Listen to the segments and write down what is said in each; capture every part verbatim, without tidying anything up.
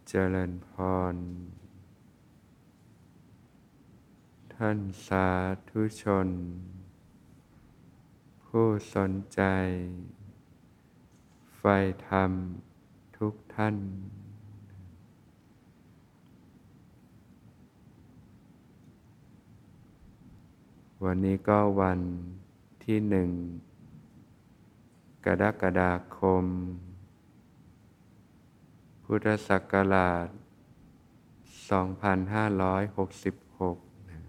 เจริญพรท่านสาธุชนผู้สนใจใฝ่ธรรมทุกท่านวันนี้ก็วันที่หนึ่งกรกฎาคมพุทธศักราชสองพันห้าร้อยหกสิบหก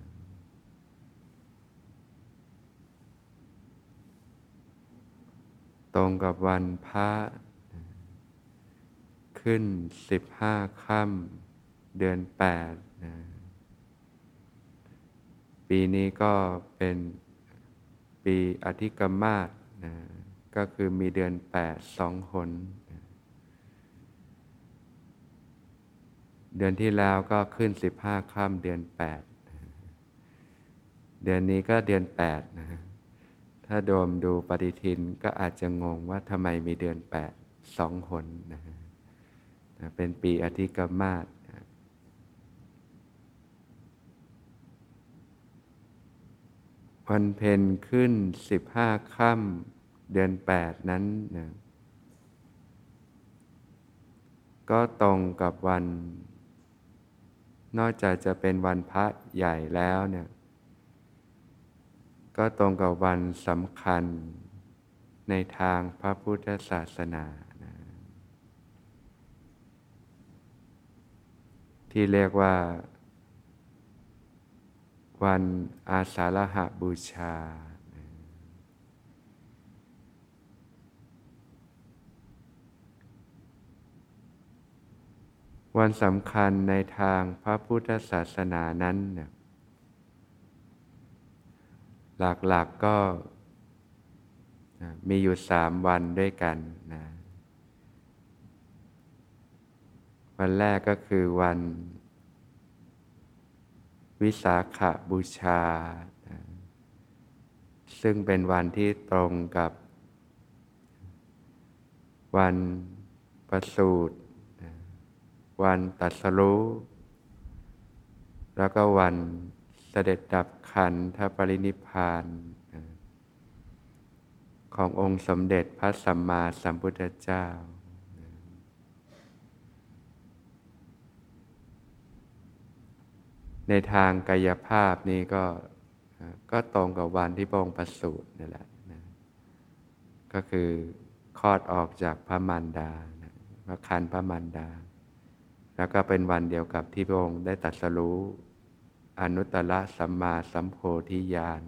ตรงกับวันพระขึ้นสิบห้าค่ำเดือนแปดนะปีนี้ก็เป็นปีอธิกมาศนะก็คือมีเดือนแปดสองหนนะเดือนที่แล้วก็ขึ้นสิบห้าค่ำเดือนแปดนะเดือนนี้ก็เดือนแปดนะถ้าโดมดูปฏิทินก็อาจจะงงว่าทำไมมีเดือนแปดสองหนนะนะเป็นปีอธิกมาศนะวันเพ็ญขึ้นสิบห้าค่ำเดือนแปดนั้นนะก็ตรงกับวันนอกจากจะเป็นวันพระใหญ่แล้วเนี่ยก็ตรงกับวันสำคัญในทางพระพุทธศาสนานะที่เรียกว่าวันอาสาฬหบูชานะวันสำคัญในทางพระพุทธศาสนานั้นเนี่ยหลักๆ กก็มีอยู่สามวันด้วยกันนะวันแรกก็คือวันวิสาขบูชานะซึ่งเป็นวันที่ตรงกับวันประสูตินะวันตรัสรู้แล้วก็วันเสด็จดับขันธปรินิพพานนะขององค์สมเด็จพระสัมมาสัมพุทธเจ้าในทางกายภาพนี้ก็ก็ตรงกับวันที่พระองค์ประสูตินี่แหละนะก็คือคลอดออกจากพระมารดานะพระครรภ์พระมารดาแล้วก็เป็นวันเดียวกับที่พระองค์ได้ตรัสรู้อนุตตรสัมมาสัมโพธิญาณ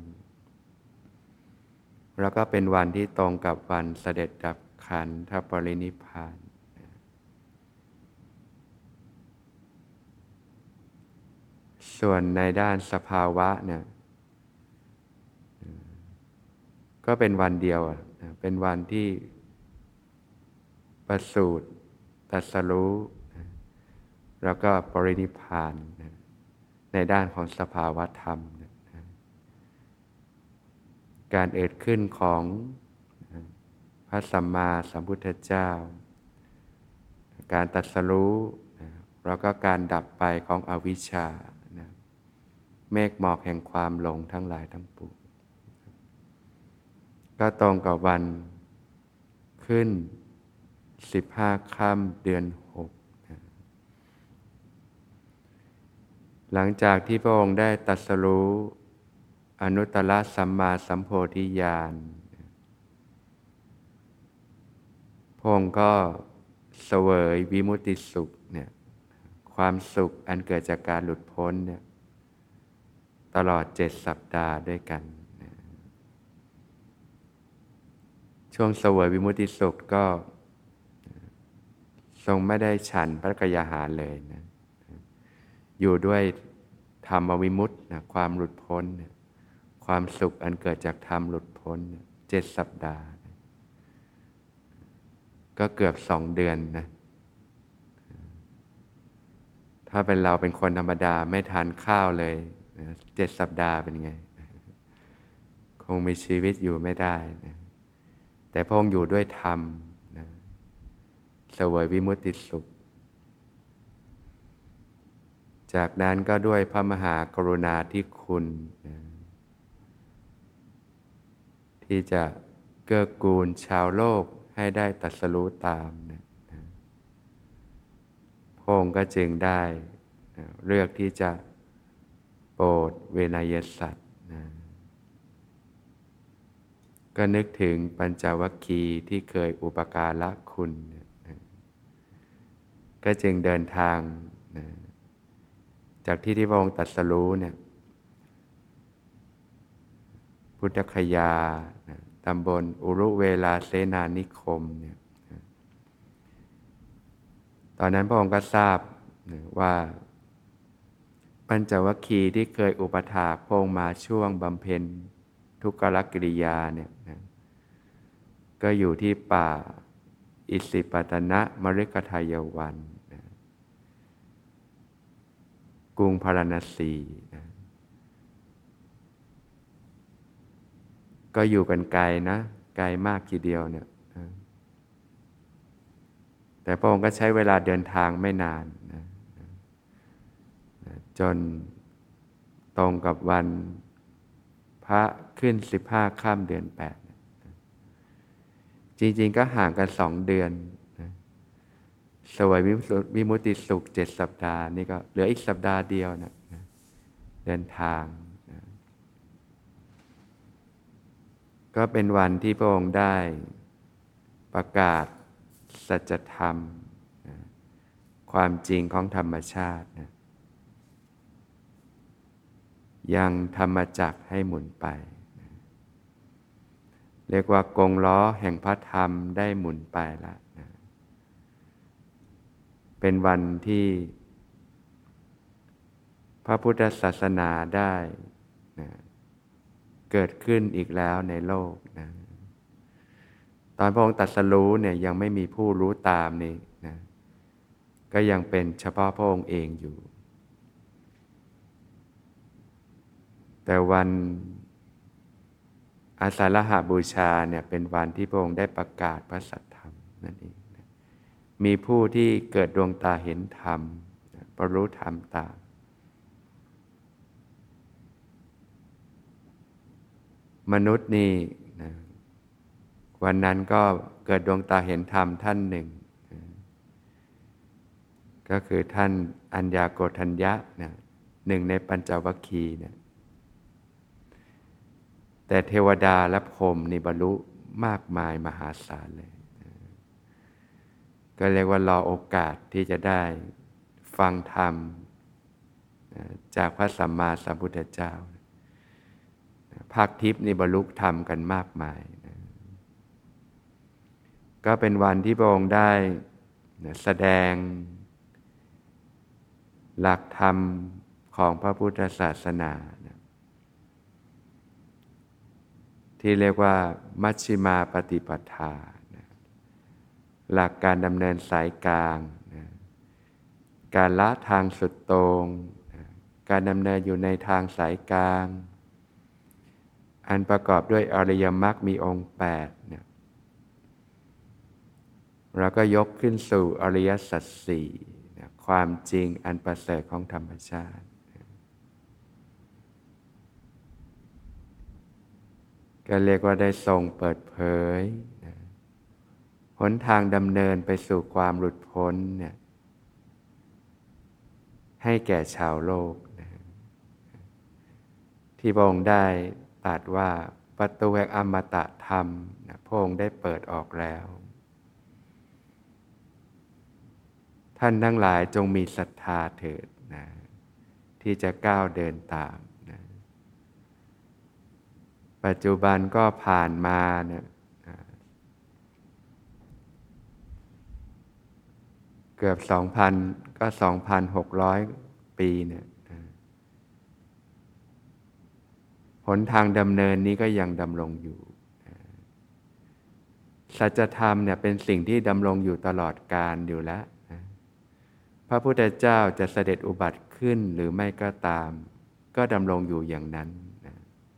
แล้วก็เป็นวันที่ตรงกับวันเสด็จดับขันธปรินิพพานส่วนในด้านสภาวะเนี่ยก็เป็นวันเดียวเป็นวันที่ประสูติตรัสรู้แล้วก็ปรินิพพานในด้านของสภาวะธรรมการเกิดขึ้นของพระสัมมาสัมพุทธเจ้าการตรัสรู้แล้วก็การดับไปของอวิชชาเมฆหมอกแห่งความหลงทั้งหลายทั้งปวงก็ตรงกับวันขึ้นสิบห้าค่ำเดือนหกหลังจากที่พระองค์ได้ตรัสรู้อนุตตรสัมมาสัมโพธิญาณพระองค์ก็เสวยวิมุตติสุขเนี่ยความสุขอันเกิดจากการหลุดพ้นเนี่ยตลอดเจ็ดสัปดาห์ด้วยกันช่วงเสวยวิมุตติสุขก็ทรงไม่ได้ฉันพระกยาหารเลยนะอยู่ด้วยธรรมวิมุตตินะความหลุดพ้นนะความสุขอันเกิดจากธรรมหลุดพ้นนะเจ็ดสัปดาห์นะก็เกือบสองเดือนนะถ้าเป็นเราเป็นคนธรรมดาไม่ทานข้าวเลยนะเจ็ดสัปดาห์เป็นไงคงมีชีวิตอยู่ไม่ได้นะแต่พระองค์อยู่ด้วยธรรมนะเสวยวิมุตติสุขจากนั้นก็ด้วยพระมหากรุณาธิคุณนะที่จะเกื้อกูลชาวโลกให้ได้ตรัสรู้ตามนะนะพระองค์ก็จึงได้นะเลือกที่จะโปรดเวนยสัตว์นะก็นึกถึงปัญจวัคคีย์ที่เคยอุปการะคุณนะนะก็จึงเดินทางนะจากที่ที่พระองค์ตรัสรู้เนี่ยพุทธคยานะตำบลอุรุเวลาเสนานิคมเนี่ยนะตอนนั้นพระองค์ก็ทราบนะว่าปัญจวัคคีย์ที่เคยอุปถากพระองค์มาช่วงบำเพ็ญทุกขกิริยาเนี่ยนะก็อยู่ที่ป่าอิสิปตนะมฤคทายวันนะกรุงพาราณสีนะก็อยู่กันไกลนะไกลมากทีเดียวเนี่ยนะแต่พระองค์ก็ใช้เวลาเดินทางไม่นานนะนะจนตรงกับวันพระขึ้นสิบห้าค่ำเดือนแปดนะจริงๆก็ห่างกันสองเดือนนะสวยวิมุตติสุขเจ็ดสัปดาห์นี่ก็เหลืออีกสัปดาห์เดียวนะนะเดินทางนะก็เป็นวันที่พระองค์ได้ประกาศสัจธรรมนะความจริงของธรรมชาตินะยังธรรมจักรให้หมุนไปนะเรียกว่ากงล้อแห่งพระธรรมได้หมุนไปแล้วนะเป็นวันที่พระพุทธศาสนาได้นะเกิดขึ้นอีกแล้วในโลกนะตอนพระองค์ตรัสรู้เนี่ยยังไม่มีผู้รู้ตามนี่นะก็ยังเป็นเฉพาะพระองค์เองอยู่แต่วันอาสาฬหบูชาเนี่ยเป็นวันที่พระองค์ได้ประกาศพระสัทธรรมนั่นเองนะมีผู้ที่เกิดดวงตาเห็นธรรมนะบรรลุธรรมตามมนุษย์นี่นะวันนั้นก็เกิดดวงตาเห็นธรรมท่านหนึ่งนะก็คือท่านอัญญาโกฏัญญะนะหนึ่งในปัญจวัคคีย์เนี่ยแต่เทวดาและพรหมนี่บรรลุมากมายมหาศาลเลยนะก็เรียกว่ารอโอกาสที่จะได้ฟังธรรมนะจากพระสัมมาสัมพุทธเจ้าภาคทิพย์นี่บรรลุธรรมกันมากมายนะก็เป็นวันที่พระองค์ได้นะแสดงหลักธรรมของพระพุทธศาสนานะที่เรียกว่ามัชฌิมาปฏิปทานะหลักการดำเนินสายกลางนะการละทางสุดโต่งนะการดำเนินอยู่ในทางสายกลางอันประกอบด้วยอริยมรรคมีองค์แปดเนี่ยเราก็ยกขึ้นสู่อริยสัจสี่นะความจริงอันประเสริฐของธรรมชาติก็เรียกว่าได้ทรงเปิดเผยนะหนทางดำเนินไปสู่ความหลุดพ้นเนี่ยให้แก่ชาวโลกนะที่พระองค์ได้ตรัสว่าประตูแห่งอมตะธรรมนะพระองค์ได้เปิดออกแล้วท่านทั้งหลายจงมีศรัทธาเถิดนะที่จะก้าวเดินตามนะปัจจุบันก็ผ่านมาเนี่ยเกือบสองพันก็สองพันหกร้อยปีเนี่ยหนทางดำเนินนี้ก็ยังดำรงอยู่สัจธรรมเนี่ยเป็นสิ่งที่ดำรงอยู่ตลอดกาลอยู่แล้วพระพุทธเจ้าจะเสด็จอุบัติขึ้นหรือไม่ก็ตามก็ดำรงอยู่อย่างนั้นนะ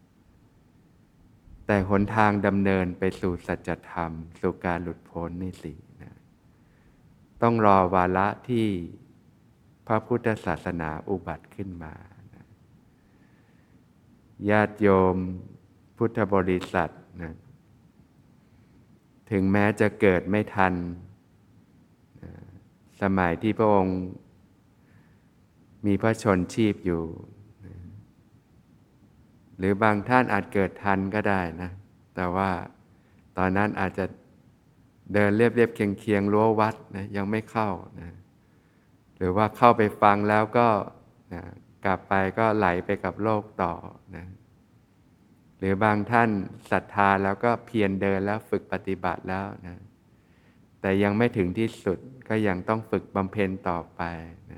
แต่หนทางดำเนินไปสู่สัจธรรมสู่การหลุดพ้นนี่สินะต้องรอวาระที่พระพุทธศาสนาอุบัติขึ้นมานะญาติโยมพุทธบริษัทนะถึงแม้จะเกิดไม่ทันนะสมัยที่พระองค์มีพระชนชีพอยู่นะหรือบางท่านอาจเกิดทันก็ได้นะแต่ว่าตอนนั้นอาจจะเดินเรียบเรียบเคียงเคียงรั้ววัดนะยังไม่เข้านะหรือว่าเข้าไปฟังแล้วก็นะกลับไปก็ไหลไปกับโลกต่อนะหรือบางท่านศรัทธาแล้วก็เพียรเดินแล้วฝึกปฏิบัติแล้วนะแต่ยังไม่ถึงที่สุดก็ยังต้องฝึกบำเพ็ญต่อไปนะ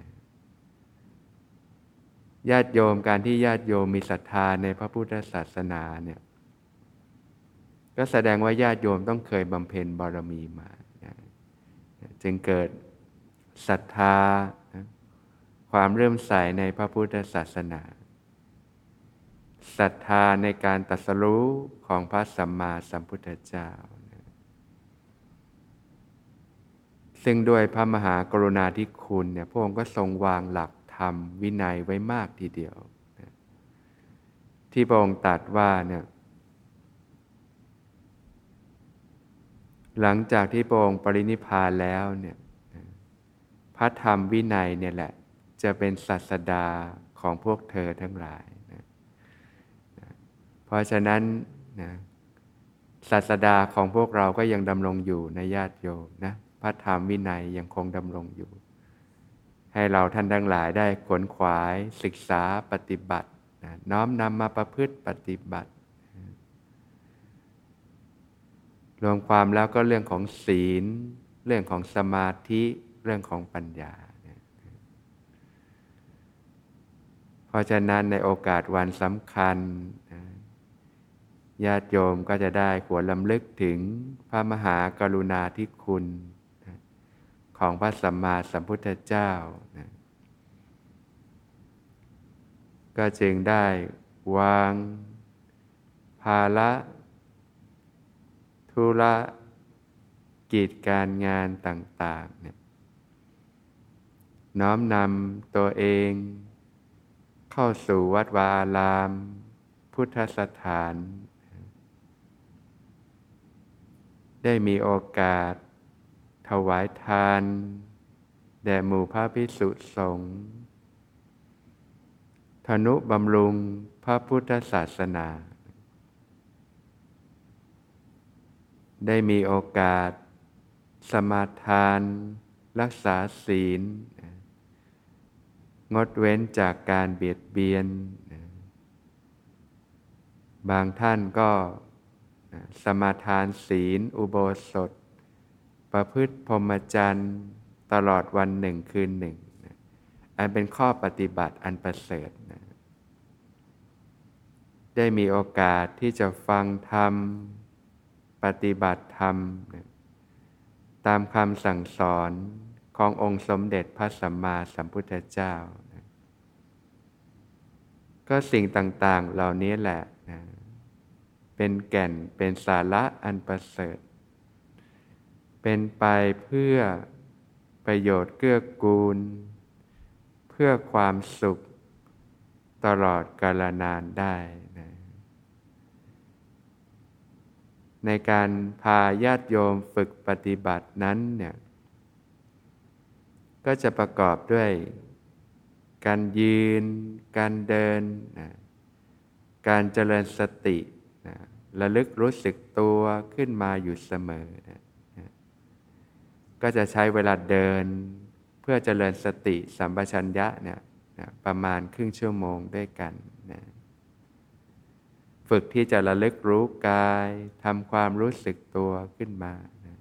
ญาติโยมการที่ญาติโยมมีศรัทธาในพระพุทธศาสนาเนี่ยก็แสดงว่าญาติโยมต้องเคยบำเพ็ญบารมีมานะจึงเกิดศรัทธานะความเริ่อมใสในพระพุทธศาสนาศรัทธาในการตรัสรู้ของพระสัมมาสัมพุทธเจ้านะซึ่งด้วยพระมหากรุณาธิคุณเนี่ยพระองค์ก็ทรงวางหลักธรรมวินัยไว้มากทีเดียวนะที่พระองค์ตรัสว่าเนี่ยหลังจากที่พระองค์ปรินิพพานแล้วเนี่ยพระธรรมวินัยเนี่ยแหละจะเป็นศาสดาของพวกเธอทั้งหลายนะนะเพราะฉะนั้นนะศาสดาของพวกเราก็ยังดำรงอยู่ในญาติโยมนะพระธรรมวินัยยังคงดำรงอยู่ให้เราท่านทั้งหลายได้ขวนขวายศึกษาปฏิบัตินะน้อมนำมาประพฤติปฏิบัติรวมความแล้วก็เรื่องของศีลเรื่องของสมาธิเรื่องของปัญญาเพราะฉะนั้นในโอกาสวันสำคัญญาติโยมก็จะได้หวนรำลึกถึงพระมหากรุณาธิคุณของพระสัมมาสัมพุทธเจ้าก็จึงได้วางภาระธุระกิจการงานต่างๆเนี่ยน้อมนำตัวเองเข้าสู่วัดวาอารามพุทธสถานได้มีโอกาสถวายทานแด่หมู่พระภิกษุสงฆ์ทนุบำรุงพระพุทธศาสนาได้มีโอกาสสมาทานรักษาศีลงดเว้นจากการเบียดเบียนบางท่านก็สมาทานศีลอุโบสถประพฤติพรหมจรรย์ตลอดวันหนึ่งคืนหนึ่งอันเป็นข้อปฏิบัติอันประเสริฐนะได้มีโอกาสที่จะฟังธรรมปฏิบัติธรรมนะตามคำสั่งสอนขององค์สมเด็จพระสัมมาสัมพุทธเจ้านะก็สิ่งต่างๆเหล่านี้แหละนะเป็นแก่นเป็นสาระอันประเสริฐเป็นไปเพื่อประโยชน์เกื้อกูลเพื่อความสุขตลอดกาลนานได้นะในการพาญาติโยมฝึกปฏิบัตินั้นเนี่ยก็จะประกอบด้วยการยืนการเดินนะการเจริญสตินะระลึกรู้สึกตัวขึ้นมาอยู่เสมอนะนะก็จะใช้เวลาเดินเพื่อเจริญสติสัมปชัญญะเนี่ยนะประมาณครึ่งชั่วโมงด้วยกันนะฝึกที่จะระลึกรู้กายทำความรู้สึกตัวขึ้นมานะ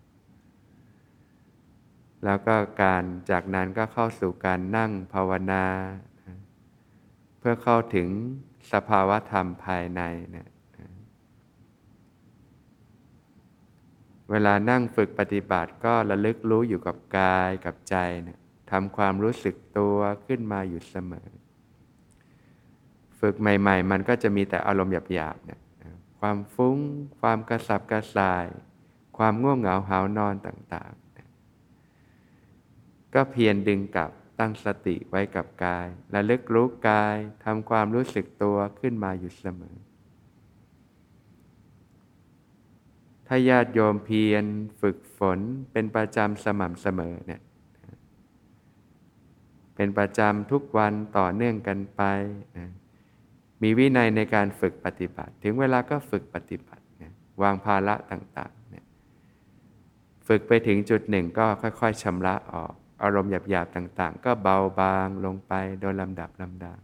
แล้วก็การจากนั้นก็เข้าสู่การนั่งภาวนานะเพื่อเข้าถึงสภาวะธรรมภายในนะนะเวลานั่งฝึกปฏิบัติก็ระลึกรู้อยู่กับกายกับใจนะทำความรู้สึกตัวขึ้นมาอยู่เสมอฝึกใหม่ๆมันก็จะมีแต่อารมณ์หยาบๆเนี่ยความฟุ้งความกระสับกระส่ายความง่วงเหงาหาวนอนต่างๆก็เพียรดึงกลับตั้งสติไว้กับกายระลึกรู้กายทำความรู้สึกตัวขึ้นมาอยู่เสมอถ้าญาติโยมเพียรฝึกฝนเป็นประจำสม่ำเสมอเนี่ยเป็นประจำทุกวันต่อเนื่องกันไปนะมีวินัยในการฝึกปฏิบัติถึงเวลาก็ฝึกปฏิบัตินะวางภาระต่างๆเนี่ยฝึกไปถึงจุดหนึ่งก็ค่อยๆชำระออกอารมณ์หยาบๆต่างๆก็เบาบางลงไปโดยลำดับลำดับ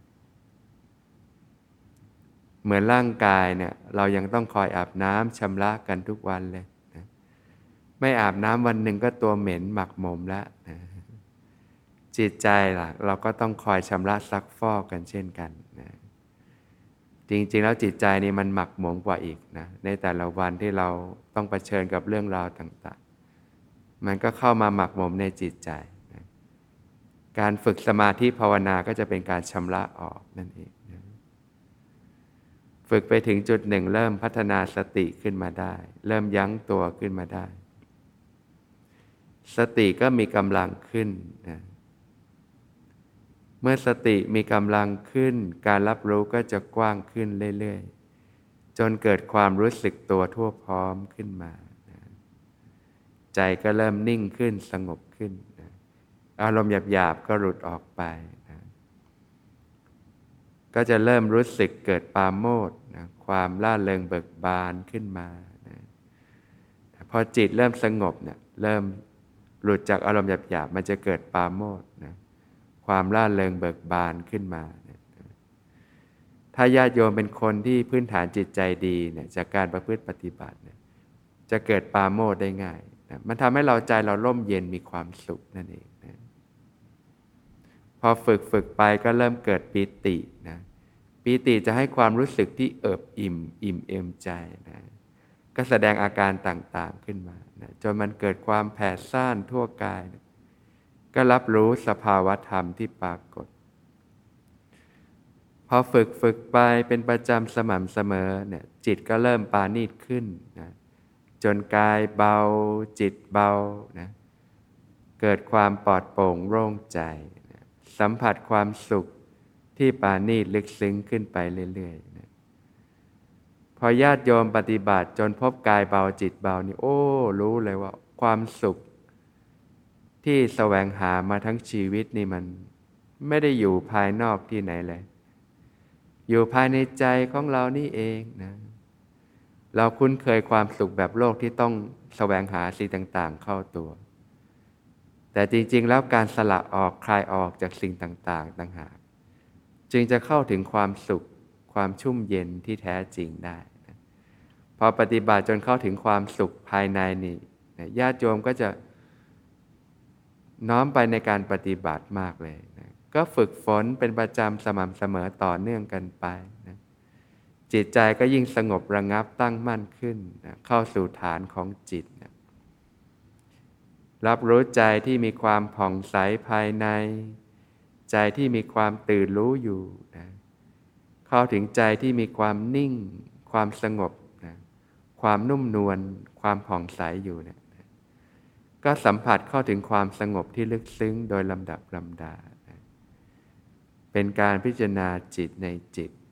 เหมือนร่างกายเนี่ยเรายังต้องคอยอาบน้ำชำระกันทุกวันเลยนะไม่อาบน้ำวันหนึ่งก็ตัวเหม็นหมักหมมแล้วนะจิตใจล่ะเราก็ต้องคอยชำระซักฟอกกันเช่นกันนะจริงๆแล้วจิตใจนี่มันหมักหมมกว่าอีกนะในแต่ละวันที่เราต้องเผชิญกับเรื่องราวต่างๆมันก็เข้ามาหมักหมมในจิตใจนะการฝึกสมาธิภาวนาก็จะเป็นการชำระออกนั่นเองนะฝึกไปถึงจุดหนึ่งเริ่มพัฒนาสติขึ้นมาได้เริ่มยั้งตัวขึ้นมาได้สติก็มีกำลังขึ้นนะเมื่อสติมีกำลังขึ้นการรับรู้ก็จะกว้างขึ้นเรื่อยๆจนเกิดความรู้สึกตัวทั่วพร้อมขึ้นมานะใจก็เริ่มนิ่งขึ้นสงบขึ้นนะอารมณ์หยาบๆก็หลุดออกไปนะก็จะเริ่มรู้สึกเกิดปราโมทย์นะความร่าเริงเบิกบานขึ้นมานะพอจิตเริ่มสงบเนี่ยเริ่มหลุดจากอารมณ์หยาบๆมันจะเกิดปราโมทย์นะความร่าเริงเบิกบานขึ้นมาถ้าญาติโยมเป็นคนที่พื้นฐานจิตใจดีเนี่ยจากการประพฤติปฏิบัติเนี่ยจะเกิดปราโมทย์ได้ง่ายนะมันทำให้เราใจเราร่มเย็นมีความสุขนั่นเองนะพอฝึกฝึกไปก็เริ่มเกิดปีตินะปีติจะให้ความรู้สึกที่เอิบอิ่มอิ่มเอมใจนะก็แสดงอาการต่างๆขึ้นมานะจนมันเกิดความแผ่ซ่านทั่วกายนะก็รับรู้สภาวะธรรมที่ปรากฏพอฝึกฝึกไปเป็นประจำสม่ำเสมอเนี่ยจิตก็เริ่มปราณีตขึ้นนะจนกายเบาจิตเบานะเกิดความปลอดโปร่งโล่งใจนะสัมผัสความสุขที่ปราณีตลึกซึ้งขึ้นไปเรื่อยๆนะพอญาติโยมปฏิบัติจนพบกายเบาจิตเบานี่โอ้รู้เลยว่าความสุขที่แสวงหามาทั้งชีวิตนี่มันไม่ได้อยู่ภายนอกที่ไหนเลยอยู่ภายในใจของเรานี่เองนะเราคุ้นเคยความสุขแบบโลกที่ต้องแสวงหาสิ่งต่างๆเข้าตัวแต่จริงๆแล้วการสละออกคลายออกจากสิ่งต่างๆต่างหากจึงจะเข้าถึงความสุขความชุ่มเย็นที่แท้จริงได้นะพอปฏิบัติจนเข้าถึงความสุขภายในนี่ญาติโยมก็จะน้อมไปในการปฏิบัติมากเลยนะก็ฝึกฝนเป็นประจำสม่ำเสมอต่อเนื่องกันไปนะจิตใจก็ยิ่งสงบระงับตั้งมั่นขึ้นนะเข้าสู่ฐานของจิตนะรับรู้ใจที่มีความผ่องใสภายในใจที่มีความตื่นรู้อยู่นะเข้าถึงใจที่มีความนิ่งความสงบนะความนุ่มนวลความผ่องใสอยู่เนะก็สัมผัสเข้าถึงความสงบที่ลึกซึ้งโดยลำดับลำดานะเป็นการพิจารณาจิตในจิต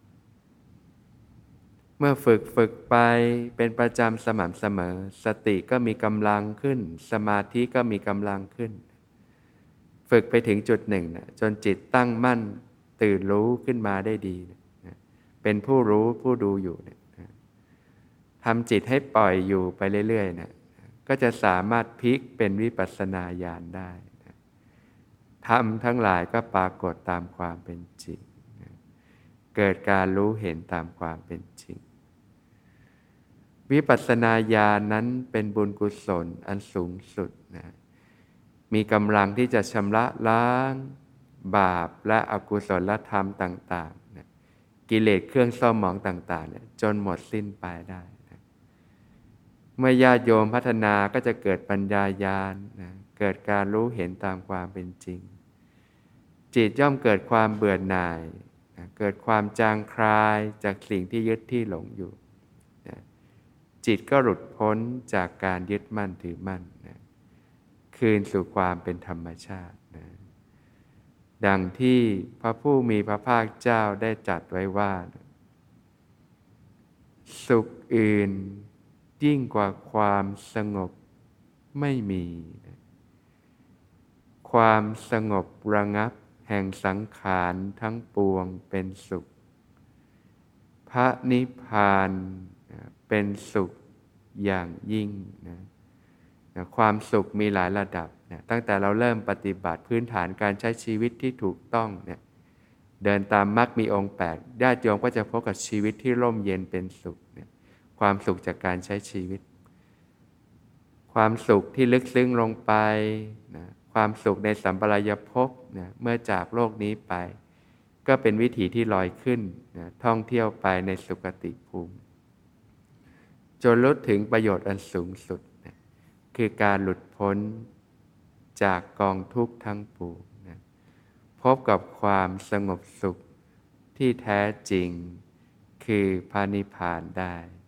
เมื่อฝึกฝึกไปเป็นประจำสม่ำเสมอสติก็มีกำลังขึ้นสมาธิก็มีกำลังขึ้นฝึกไปถึงจุดหนึ่งนะจนจิตตั้งมั่นตื่นรู้ขึ้นมาได้ดีนะเป็นผู้รู้ผู้ดูอยู่นะทำจิตให้ปล่อยอยู่ไปเรื่อยๆนะก็จะสามารถพลิกเป็นวิปัสสนาญาณได้นะธรรมทั้งหลายก็ปรากฏตามความเป็นจริงนะเกิดการรู้เห็นตามความเป็นจริงวิปัสสนาญาณนั้นเป็นบุญกุศลอันสูงสุดนะมีกำลังที่จะชำระล้างบาปและอกุศลธรรมต่างๆนะกิเลสเครื่องเศร้าหมองต่างๆเนี่ยจนหมดสิ้นไปได้เมื่อญาติโยมพัฒนาก็จะเกิดปัญญาญาณนะเกิดการรู้เห็นตามความเป็นจริงจิตย่อมเกิดความเบื่อหน่ายนะเกิดความจางคลายจากสิ่งที่ยึดที่หลงอยู่นะจิตก็หลุดพ้นจากการยึดมั่นถือมั่นนะคืนสู่ความเป็นธรรมชาตินะดังที่พระผู้มีพระภาคเจ้าได้ตรัสไว้ว่า สุขอื่นยิ่งกว่าความสงบไม่มี ความสงบระงับแห่งสังขารทั้งปวงเป็นสุข พระนิพพานเป็นสุขอย่างยิ่งนะนะความสุขมีหลายระดับนะตั้งแต่เราเริ่มปฏิบัติพื้นฐานการใช้ชีวิตที่ถูกต้องเนี่ยเดินตามมรรคมีองค์แปดญาติโยมก็จะพบกับชีวิตที่ร่มเย็นเป็นสุขเนี่ยความสุขจากการใช้ชีวิตความสุขที่ลึกซึ้งลงไปนะความสุขในสัมปรายภพนะเมื่อจากโลกนี้ไปก็เป็นวิถีที่ลอยขึ้นนะท่องเที่ยวไปในสุคติภูมิจนรู้ถึงประโยชน์อันสูงสุดนะคือการหลุดพ้นจากกองทุกข์ทั้งปวงนะพบกับความสงบสุขที่แท้จริงคือพระนิพพานได้